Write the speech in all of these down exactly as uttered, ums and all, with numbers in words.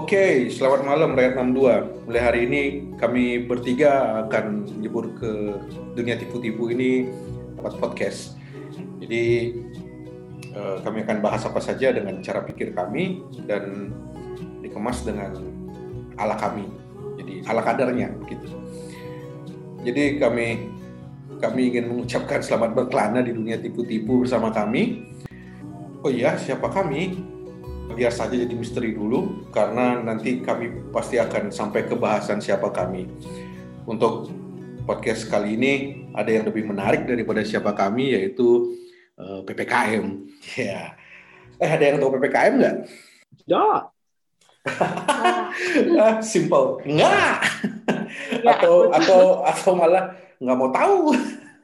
Oke, selamat malam Rakyat enam puluh dua. Mulai hari ini kami bertiga akan menyebur ke dunia tipu-tipu ini lewat podcast. Jadi eh, kami akan bahas apa saja dengan cara pikir kami dan dikemas dengan ala kami. Jadi ala kadarnya gitu. Jadi kami kami ingin mengucapkan selamat berkelana di dunia tipu-tipu bersama kami. Oh iya, siapa kami? Biar saja jadi misteri dulu, karena nanti kami pasti akan sampai ke bahasan siapa kami. Untuk podcast kali ini ada yang lebih menarik daripada siapa kami, yaitu uh, P P K M. Ya, yeah. Eh ada yang tahu P P K M nggak? Ya. ah, simple, nggak. Ya, atau atau atau malah nggak mau tahu.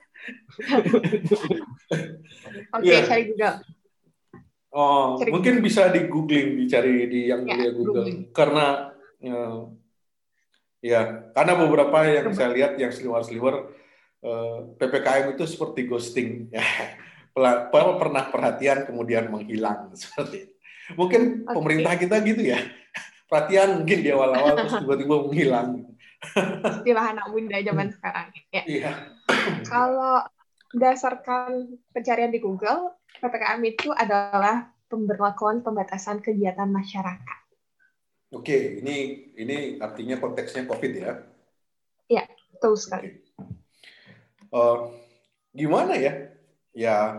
Oke, okay, yeah. Saya juga. Oh, Cari mungkin Google. Bisa di googling, dicari di yang ya, Google. Googling. Karena ya, ya, karena beberapa yang saya lihat yang seliwer-seliwer uh, P P K M itu seperti ghosting. Ya, pernah perhatian kemudian menghilang seperti itu. Mungkin okay. Pemerintah kita gitu ya. Perhatian mungkin di awal-awal terus tiba-tiba menghilang. Istilah anak muda zaman sekarang. Ya. Iya. Kalau berdasarkan pencarian di Google, P P K M itu adalah pemberlakuan pembatasan kegiatan masyarakat. Oke, ini ini artinya konteksnya COVID ya? Iya, betul sekali. Okay. Uh, gimana ya? Ya,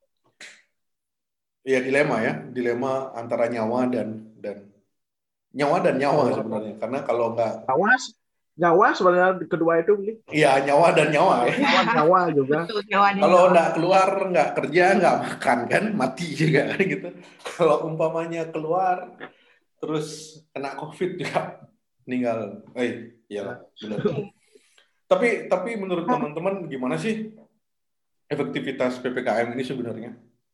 ya dilema ya, dilema antara nyawa dan dan nyawa dan nyawa sebenarnya. Karena kalau nggak awas. Nyawa sebenarnya kedua itu. Iya, nyawa dan nyawa ya. Nyawa, nyawa juga. Betul, nyawa dan kalau nyawa. nggak keluar, nggak kerja, nggak makan kan, mati juga kan gitu. Kalau umpamanya keluar, terus kena COVID juga meninggal. Eh, iyalah, benar. tapi tapi menurut teman-teman gimana sih efektivitas P P K M ini sebenarnya?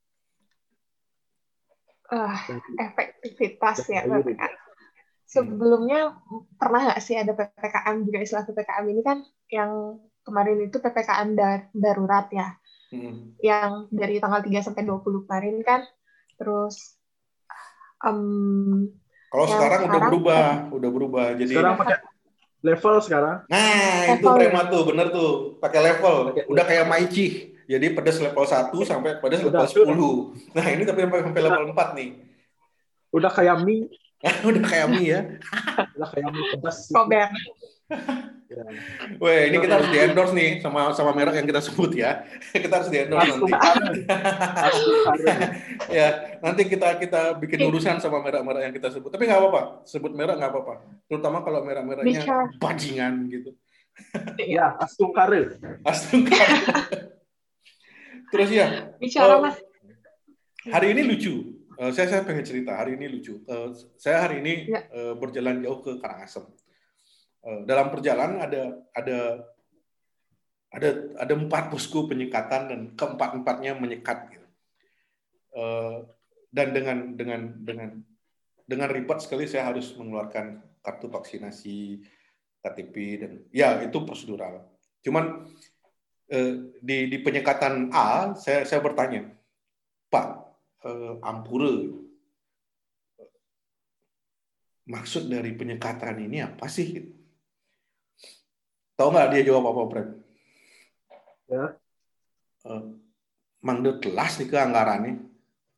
Uh, efektivitas ya P P K M. Sebelumnya pernah nggak sih ada P P K M juga, istilah P P K M ini kan yang kemarin itu P P K M dar- darurat ya. Hmm. Yang dari tanggal tiga sampai dua puluh kemarin kan. Terus um, kalau sekarang, sekarang udah berubah, udah berubah. Jadi sekarang pakai level sekarang. Nah, level itu prema ya? Tuh, bener tuh, pakai level. Udah kayak Maichi. Jadi pedas level satu sampai pedas level sepuluh. Nah, ini tapi sampai, sampai level empat nih. Udah kayak mie. Udah kayak mie ya. Udah kayak mie pedas. Kober. Ya. Weh, ini kita harus di endorse nih sama sama merek yang kita sebut ya. Kita harus di endorse nanti. Ya, nanti kita kita bikin urusan sama merek-merek yang kita sebut. Tapi nggak apa-apa, sebut merek nggak apa-apa. Terutama kalau merek-mereknya bajingan gitu. Ya, Astungkare. Astungkare. Terus ya. Bicara oh, Mas. Hari ini lucu. Uh, saya saya pengen cerita. Hari ini lucu. Uh, saya hari ini ya. uh, berjalan jauh ke Karangasem. Uh, dalam perjalanan ada ada ada ada empat posko penyekatan dan keempat-empatnya menyekat. Gitu. Uh, dan dengan dengan dengan dengan ribet sekali saya harus mengeluarkan kartu vaksinasi, K T P dan ya itu prosedural. Cuman uh, di di penyekatan A saya saya bertanya, Pak. Uh, ampure, maksud dari penyekatan ini apa sih? Tahu nggak dia jawab apa, Pren? Ya. Uh, Mangde telas nih ke anggarannya.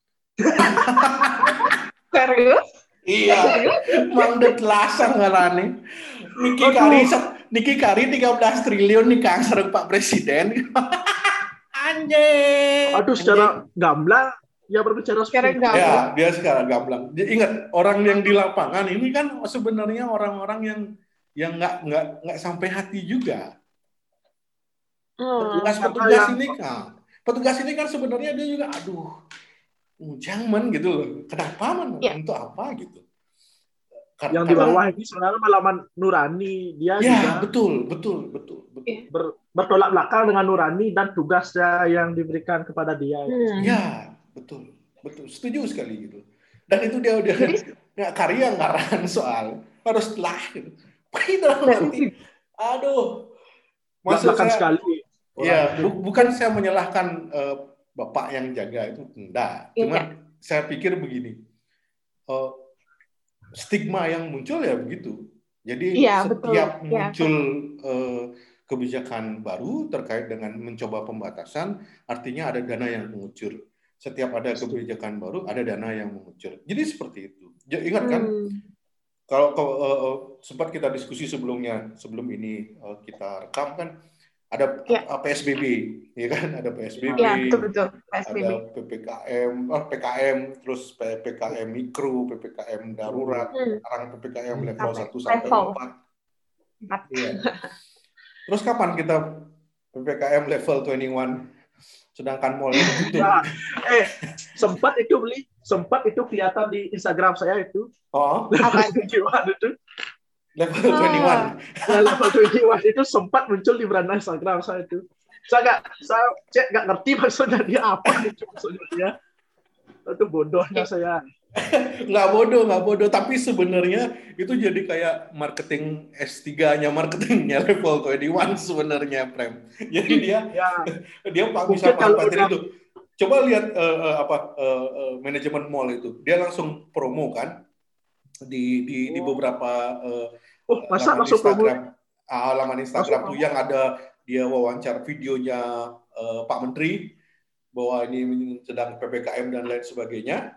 Serius? Iya, mangde telas anggarannya. Niki Kari, Niki Kari tiga belas triliun nih kang sareng Pak Presiden. Anjing. Aduh, secara gamblang. Ya berbicara sekarang seperti ya, dia sekarang gamblang. Ingat orang yang di lapangan ini kan sebenarnya orang-orang yang yang nggak nggak nggak sampai hati juga. Petugas-petugas hmm, ini kan, petugas ini kan sebenarnya dia juga, aduh, jangan gitu loh. Kenapa man? Ya. Untuk apa gitu? Karena, yang di bawah ini sebenarnya melawan Nurani, dia ya, juga betul, betul, betul, betul. Ber, bertolak belakang dengan Nurani dan tugasnya yang diberikan kepada dia. Hmm. Ya. Betul, betul, setuju sekali gitu. Dan itu dia udah nggak karya ngaran soal harus lah gitu. Itu nanti, aduh, maksud saya sekali. Ya, bu, bukan saya menyalahkan uh, bapak yang jaga itu, enggak. Cuma ya. Saya pikir begini, uh, stigma yang muncul ya begitu. Jadi Iya, setiap betul. Ya, muncul uh, kebijakan baru terkait dengan mencoba pembatasan, artinya ada dana yang mengucur. Setiap ada kebijakan baru, ada dana yang mengucur. Jadi seperti itu. Ingat kan? Hmm. Kalau, kalau uh, sempat kita diskusi sebelumnya, sebelum ini uh, kita rekam kan, ada Ya. P S B B, ya kan? Ada P S B B, ya, betul betul. P S B B. ada P P K M, oh, P K M, terus P P K M mikro, P P K M darurat, Hmm. sekarang P P K M level Sampai satu sampai level. empat. Empat. Iya. Terus kapan kita P P K M level dua puluh satu? Sedangkan mall ditutup. Nah, eh, sempat itu beli, sempat itu kelihatan di Instagram saya itu. Oh, Apa itu? itu. Level dua puluh satu. Ya, level dua puluh satu itu sempat muncul di beranda Instagram saya itu. Saya nggak, saya cek nggak ngerti maksudnya dia apa itu maksudnya dia. Itu bodohnya saya. Nggak bodoh, nggak bodoh. Tapi sebenarnya itu jadi kayak marketing S tiga-nya, marketingnya level dua puluh satu sebenarnya, Prem. Jadi dia ya. dia bisa manfaatin itu. Coba lihat uh, uh, apa uh, uh, manajemen mall itu. Dia langsung promo kan di di, oh. di beberapa uh, oh, masa laman Instagram. Uh, laman Instagram masuk tuh yang ada dia wawancara videonya uh, Pak Menteri bahwa ini sedang P P K M dan lain sebagainya.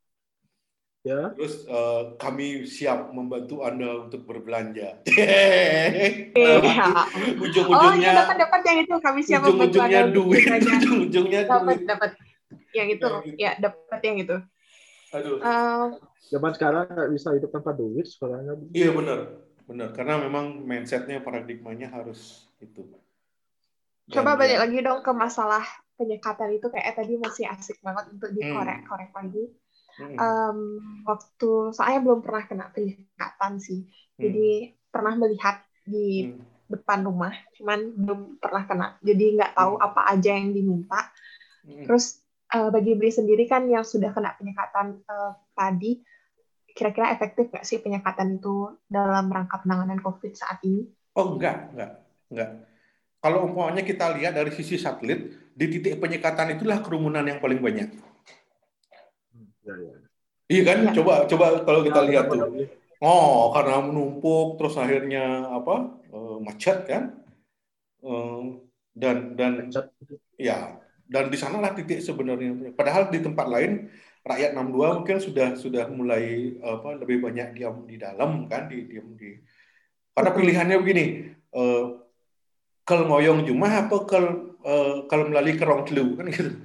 Ya. Terus uh, kami siap membantu Anda untuk berbelanja. Iya. Ujung-ujungnya oh, dapat dapat yang itu kami siap membantu ujung-ujungnya Anda duit, ujung-ujungnya dapat dapat yang itu, yang itu. Ya dapat yang itu. Aduh. Um, Zaman sekarang nggak bisa hidup tanpa duit sekarang. Iya benar, benar. Karena memang mindsetnya, paradigmanya harus itu. Dan coba balik ya. lagi dong ke masalah penyekatan itu, kayak tadi masih asik banget untuk dikorek-korek lagi. Hmm. Um, waktu saya belum pernah kena penyekatan sih, hmm. jadi pernah melihat di hmm. depan rumah, cuman belum pernah kena, jadi nggak tahu hmm. apa aja yang diminta. Hmm. Terus uh, bagi Bri sendiri kan yang sudah kena penyekatan uh, tadi, kira-kira efektif nggak sih penyekatan itu dalam rangka penanganan COVID saat ini? Oh enggak, enggak, enggak. Kalau umpamanya kita lihat dari sisi satelit, di titik penyekatan itulah kerumunan yang paling banyak. Ya, ya. Iya kan? Ya. Coba coba kalau kita ya, lihat tuh. Oh, karena menumpuk terus akhirnya apa? Uh, macet kan? Uh, dan dan macet. Ya, dan di sanalah titik sebenarnya. Padahal di tempat lain rakyat enam puluh dua mungkin sudah sudah mulai apa lebih banyak diam di dalam kan, di diam di. Karena pilihannya begini, uh, kalau ngoyong Jumah apa kalau uh, kalau melalui kerong telu kan gitu.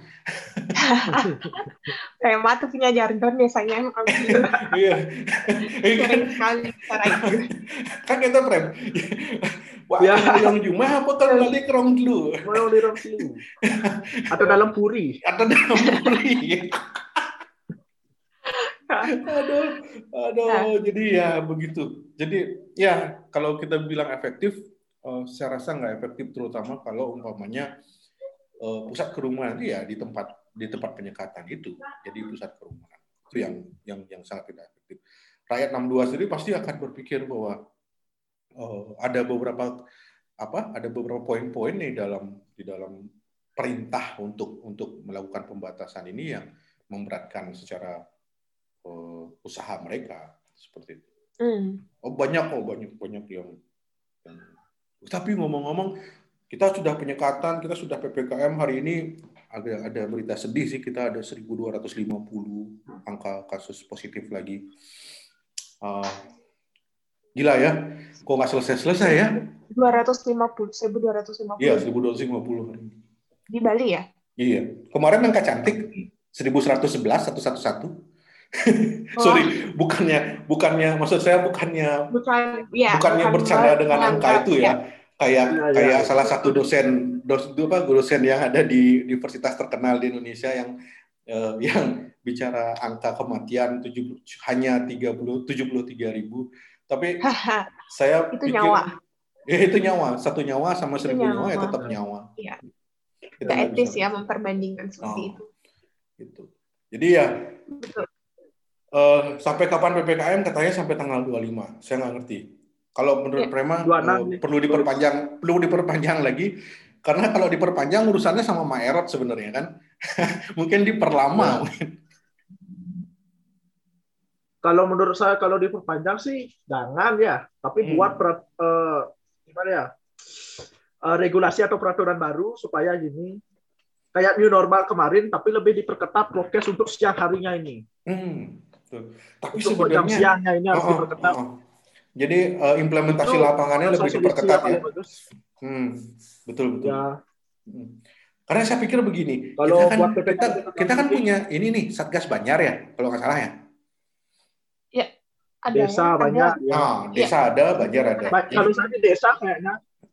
Prema tuh punya jargon biasanya. Iya. Sering sekali cara itu. Kan kita Prem. Wah, ya. Ngoyong Jumah apa kalau melalui kerong telu? Ngoyong di kerong telu. Atau dalam puri. Atau dalam puri. aduh, aduh. Nah. Jadi ya begitu. Jadi ya kalau kita bilang efektif, uh, saya rasa nggak efektif, terutama kalau umpamanya uh, pusat kerumunan itu ya di tempat di tempat penyekatan itu, jadi pusat kerumunan itu yang yang yang sangat tidak efektif. Rakyat enam puluh dua sendiri pasti akan berpikir bahwa uh, ada beberapa apa ada beberapa poin-poin di dalam di dalam perintah untuk untuk melakukan pembatasan ini yang memberatkan secara uh, usaha mereka seperti itu. Mm. Oh banyak oh banyak banyak yang, yang tapi ngomong-ngomong kita sudah penyekatan, kita sudah P P K M hari ini. Ada ada berita sedih sih, kita ada seribu dua ratus lima puluh angka kasus positif lagi. Uh, gila ya, kok nggak selesai-selesai ya? dua ratus lima puluh, seribu dua ratus lima puluh. Iya, seribu dua ratus lima puluh. Di Bali ya? Iya. Kemarin angka cantik seribu seratus sebelas, seratus sebelas. Oh. Sorry, bukannya bukannya maksud saya bukannya bukan ya, bukannya bukan bercanda dengan angka itu ya. ya. Kayak ya, kayak ya. salah satu dosen dos apa dosen yang ada di universitas terkenal di Indonesia yang eh, yang bicara angka kematian tujuh puluh, hanya tiga puluh tujuh puluh tiga ribu, tapi saya itu pikir nyawa. Ya itu nyawa, satu nyawa sama seribu nyawa, nyawa ya tetap nyawa. Iya. Tidak etis ya memperbandingkan seperti oh, itu. Itu. Jadi ya betul. Uh, sampai kapan P P K M katanya sampai tanggal dua puluh lima. Saya nggak ngerti. Kalau menurut ya, Prema uh, perlu diperpanjang, perlu diperpanjang lagi karena kalau diperpanjang urusannya sama Maerot sebenarnya kan. Mungkin diperlama. Ya. kalau menurut saya kalau diperpanjang sih jangan ya, tapi Hmm. buat perat, eh, gimana ya eh, regulasi atau peraturan baru supaya gini kayak new normal kemarin, tapi lebih diperketat prokes untuk siang harinya ini. Hmm. Tuh. Tapi Untuk jam sebenarnya, siangnya ini oh, harus oh, diperketat. oh. Jadi uh, implementasi Itu lapangannya menurut saya lebih solusi diperketat yang ya. paling bagus. Hmm. Betul betul. Ya, Hmm. Karena saya pikir begini, kita kalau kan buat P P K kita M kita kan ini punya ini nih Satgas Banjar ya, kalau nggak salah ya. Ya, ada desa ya, ada. banyak ya. Ah, Ya. desa ada, Banjar ada. Baik, Jadi, kalau saya di desa kayaknya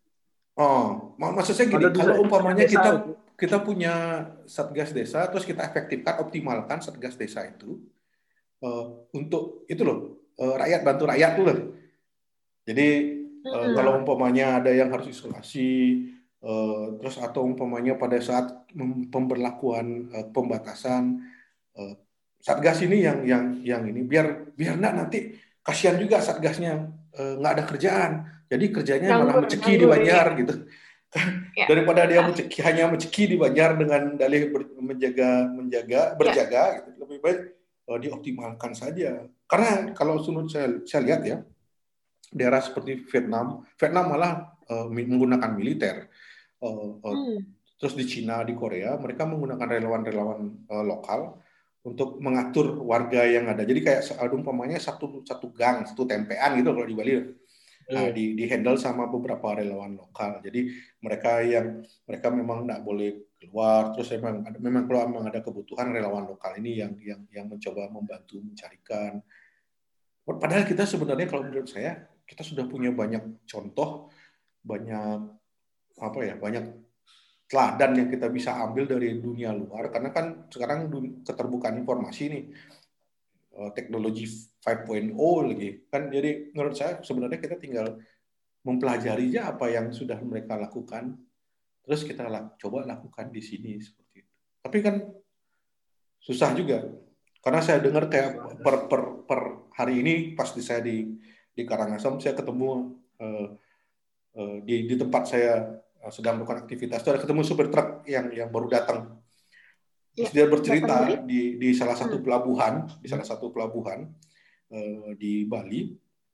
oh, mak- maksud saya ada gini, di kalau umpamanya desa kita itu. kita punya Satgas Desa, terus kita efektifkan, optimalkan Satgas Desa itu eh, untuk itu loh, eh, rakyat bantu rakyat tuh loh. Jadi eh, Hmm. kalau Ya, umpamanya ada yang harus isolasi, eh, terus atau umpamanya pada saat mem- pemberlakuan eh, pembatasan, eh, Satgas ini yang yang yang ini biar biar enggak nanti kasihan juga Satgasnya eh, nggak ada kerjaan, jadi kerjanya malah Nganggur, menceki di nganggur ya. Banjar gitu. Ya. Daripada dia menceki, hanya menceki di Banjar dengan dalih ber- menjaga menjaga berjaga gitu, lebih baik eh, dioptimalkan saja. Karena kalau menurut saya, saya lihat ya, daerah seperti Vietnam, Vietnam malah uh, menggunakan militer. Uh, uh, Hmm. terus di Cina, di Korea, mereka menggunakan relawan-relawan uh, lokal untuk mengatur warga yang ada. Jadi kayak ada umpamanya satu satu gang, satu tempean gitu kalau di Bali. Nah, di, di handle sama beberapa relawan lokal. Jadi mereka yang mereka memang tidak boleh keluar. Terus memang ada, memang kalau memang ada kebutuhan, relawan lokal ini yang yang yang mencoba membantu mencarikan. Padahal kita sebenarnya kalau menurut saya kita sudah punya banyak contoh, banyak apa ya, banyak teladan yang kita bisa ambil dari dunia luar. Karena kan sekarang keterbukaan informasi nih, teknologi lima titik nol lagi kan. Jadi menurut saya sebenarnya kita tinggal mempelajari aja apa yang sudah mereka lakukan, terus kita coba lakukan di sini seperti itu. Tapi kan susah juga. Karena saya dengar kayak per, per, per hari ini pas di saya di di Karangasem saya ketemu uh, uh, di di tempat saya uh, sedang melakukan aktivitas itu ada ketemu supir truk yang yang baru datang. Terus Ya, dia bercerita datang di di salah satu Hmm. pelabuhan, di salah satu pelabuhan uh, di Bali.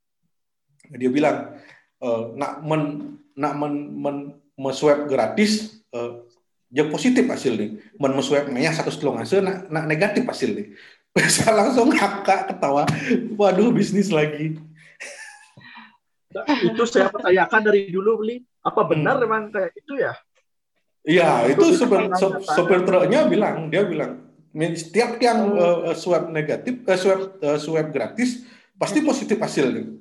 Dia bilang uh, nak men nak men, men meswab gratis uh, yang positif hasil nih. Men meswab nya satu setengah ngasih nak nak negatif hasil nih. Saya langsung ngakak ketawa. Waduh, bisnis lagi. Nah, itu saya pertanyakan dari dulu, Beli. Apa benar Hmm. memang kayak itu ya? Iya, itu sopir, Untuk sopir truknya bilang, dia bilang, setiap yang Oh, uh, swab negatif, uh, swab uh, swab gratis pasti positif hasil nih.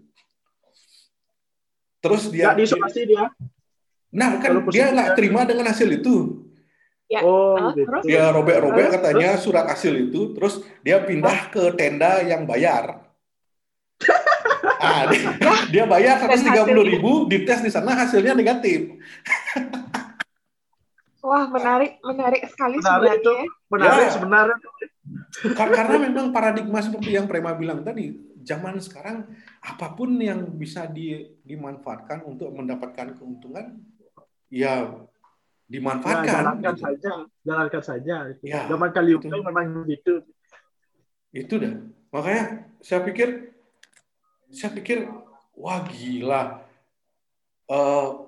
Terus nggak dia, dia diisolasi dia. nah Kalau kan dia positif nggak ya. terima dengan hasil itu. Ya. Oh, Ah, gitu. terus? Dia robek-robek Terus? katanya Terus? surat hasil itu, terus dia pindah ke tenda yang bayar. Ah, dia, Lah, dia bayar dan seratus tiga puluh hasilnya? ribu, dites di sana hasilnya negatif. Wah, menarik, menarik sekali Menarik itu. sebenarnya. Menarik Ya, sebenarnya. karena memang paradigma seperti yang Prema bilang tadi, zaman sekarang apapun yang bisa di, dimanfaatkan untuk mendapatkan keuntungan, ya Ya, dimanfaatkan. jalankan Gitu. saja. Jalankan saja. Itu. Ya, Zaman Kalium itu. memang gitu. Itu dah. Makanya saya pikir, saya pikir, wah gila. Uh,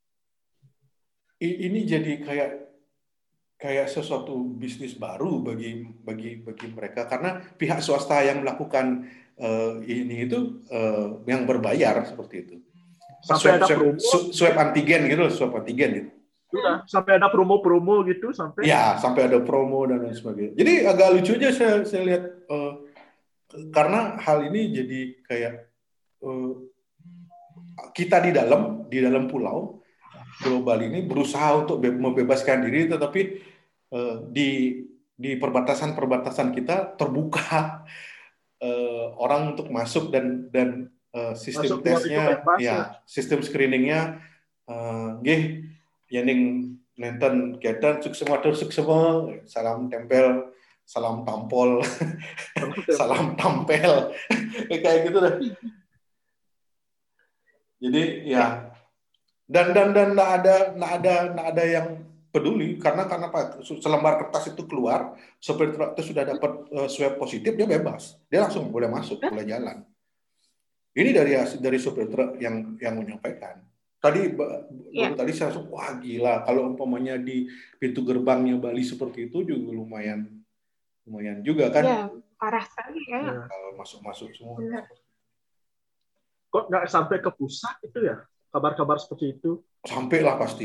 ini jadi kayak kayak sesuatu bisnis baru bagi bagi bagi mereka karena pihak swasta yang melakukan uh, ini itu uh, yang berbayar seperti itu. Sampai Swab, ada swab, promo. swab antigen gitu, swab antigen gitu. Sudah, sampai ada promo-promo gitu sampai. Ya, sampai ada promo dan lain sebagainya. Jadi agak lucu aja saya, saya lihat uh, karena hal ini jadi kayak uh, kita di dalam di dalam pulau Pulau Bali ini berusaha untuk membebaskan diri, tetapi uh, di di perbatasan-perbatasan kita terbuka uh, orang untuk masuk dan dan uh, sistem Masuk keluar itu tesnya, bebas ya. ya sistem screeningnya, uh, gih, yang nenten kegiatan suk semua suk semua, salam tempel, salam tampol, salam tampel, kayak gitu dah. Jadi ya. Dan dan dan nggak ada nggak ada nggak ada yang peduli karena karena apa? Selembar kertas itu keluar, sopir truk itu sudah dapat uh, swab positif, dia bebas, dia langsung boleh masuk, boleh jalan. Ini dari dari sopir truk yang yang menyampaikan. Tadi baru yeah. tadi saya langsung wah gila, kalau umpamanya di pintu gerbangnya Bali seperti itu juga lumayan lumayan juga kan? Iya, parah sekali ya. Kalau masuk-masuk semua. Benar. Kok nggak sampai ke pusat itu ya? Kabar-kabar seperti itu? Sampai lah pasti.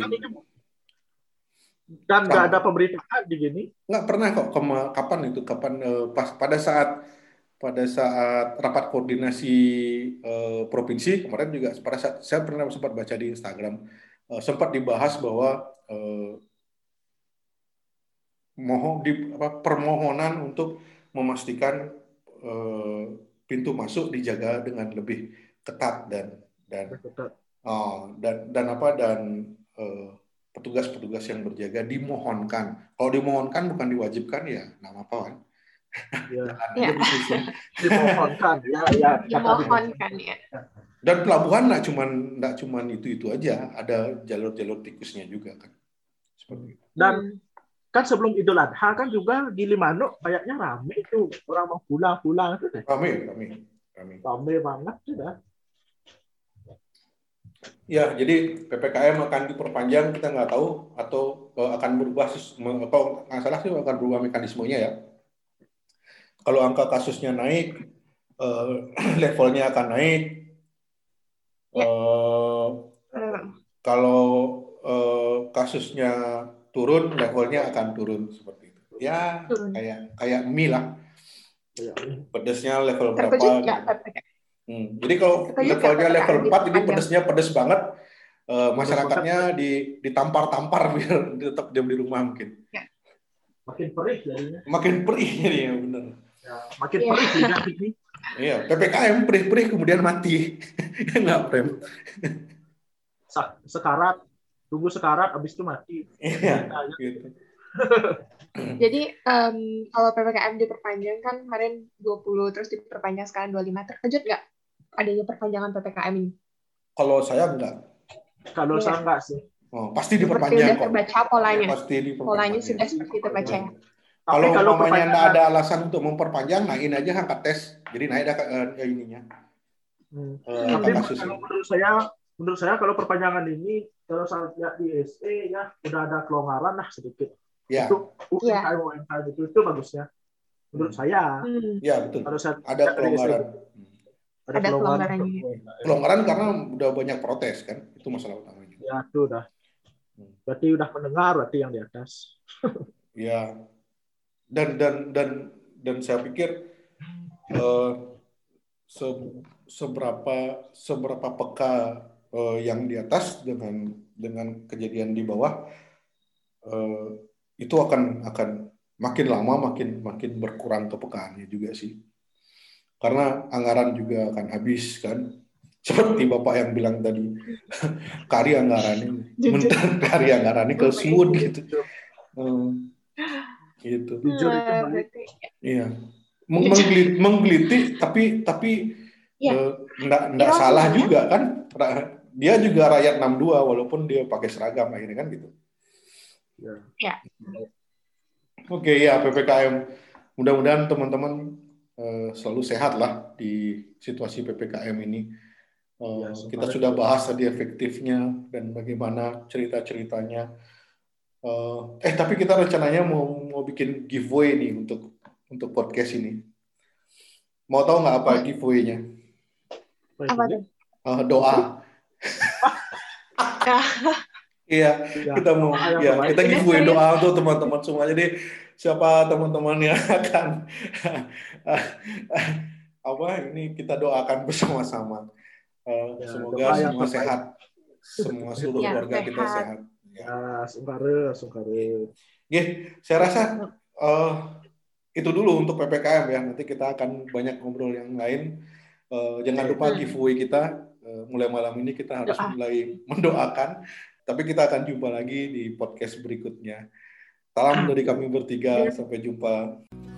Dan nggak ada pemberitaan di gini? Nggak pernah kok. Kema, kapan itu? Kapan eh, pas pada saat pada saat rapat koordinasi eh, provinsi kemarin juga pada saat saya pernah sempat baca di Instagram eh, sempat dibahas bahwa eh, mohon di apa, permohonan untuk memastikan eh, pintu masuk dijaga dengan lebih ketat dan dan oh, dan dan apa dan eh, petugas-petugas yang berjaga dimohonkan. Kalau dimohonkan bukan diwajibkan ya, nama apa kan? Ya, ya. Dimohonkan, ya, ya. Dimohonkan ya. Dan pelabuhan nggak cuman nggak cuman itu itu aja, ada jalur-jalur tikusnya juga kan. Seperti itu. Dan kan sebelum Idul Adha kan juga di Limano kayaknya rame itu orang mau pulang-pulang itu deh. Rame, rame, rame. Rame banget sudah. Ya, jadi P P K M akan diperpanjang, kita nggak tahu, atau uh, akan berubah, kalau nggak salah sih akan berubah mekanismenya ya. Kalau angka kasusnya naik, uh, levelnya akan naik. Uh, kalau uh, kasusnya turun, levelnya akan turun seperti itu. Ya, kayak kayak mie lah. Pedesnya level berapa? Gitu. Hmm. Jadi kalau levelnya level empat, ini pedesnya pedes banget. Uh, masyarakatnya di, ditampar-tampar biar tetap diam di rumah mungkin. Ya. Makin perih jadinya. Makin perih jadinya, benar. Ya, makin ya. perih lidah ini. Iya, P P K M perih-perih kemudian mati. Nggak, Prem. Sekarat, tunggu sekarat, habis itu mati. Iya, gitu. Jadi um, kalau P P K M diperpanjang kan kemarin dua puluh, terus diperpanjang sekarang dua puluh lima. Terkejut nggak adanya perpanjangan P P K M ini? Kalau saya enggak. Kalau ya. saya enggak sih. Oh, pasti diperpanjang. Seperti udah terbaca polanya. Ya, pasti diperpanjang. Polanya sudah seperti terbaca ya. Kalau kalau namanya enggak ada alasan untuk memperpanjang, naikin aja angka tes. Jadi naik dah uh, ininya. Hmm. Uh, Tapi kalau menurut saya, menurut saya kalau perpanjangan ini kalau saya lihat di S E ya udah ada kelonggaran lah sedikit. Ya. Untuk U M K M U M K M itu itu bagusnya. Menurut hmm. saya. Ya betul. Kalau saya ada kelonggaran. Ada, ada kelonggaran. Kelonggaran karena udah banyak protes kan, itu masalah utamanya. Ya itu udah. Berarti udah mendengar berarti yang di atas. Ya. Dan dan dan dan saya pikir uh, se, seberapa seberapa peka uh, yang di atas dengan dengan kejadian di bawah uh, itu akan akan makin lama makin makin berkurang kepekaannya juga sih. Karena anggaran juga akan habis kan, seperti Bapak yang bilang tadi, kari anggaran ini, mentang kari anggaran ini ke semut gitu, hmm, gitu. Jujur itu baik. Iya, menggelitik, menggelitik, tapi tapi ya. eh, enggak, enggak salah juga kan, dia juga rakyat enam dua walaupun dia pakai seragam akhirnya kan gitu. Ya. Oke ya P P K M, mudah-mudahan teman-teman Uh, selalu sehat lah di situasi P P K M ini. Uh, ya, kita sudah bahas tadi efektifnya dan bagaimana cerita-ceritanya. Uh, eh tapi kita rencananya mau mau bikin giveaway nih untuk untuk podcast ini. Mau tahu nggak apa giveaway-nya? Apa tuh? Uh, doa. Iya, kita mau ya kita giveaway doa untuk teman-teman semua. Jadi siapa teman-teman yang akan apa ini kita doakan bersama-sama. Uh, ya, semoga semua sehat, semua seluruh ya, keluarga sehat. Kita sehat. Ya, sungkare, sungkare. Oke, saya rasa uh, itu dulu untuk P P K M ya. Nanti kita akan banyak ngobrol yang lain. Uh, jangan lupa giveaway kita. Uh, mulai malam ini kita harus Doa. mulai mendoakan. Tapi kita akan jumpa lagi di podcast berikutnya. Salam dari kami bertiga. Sampai jumpa.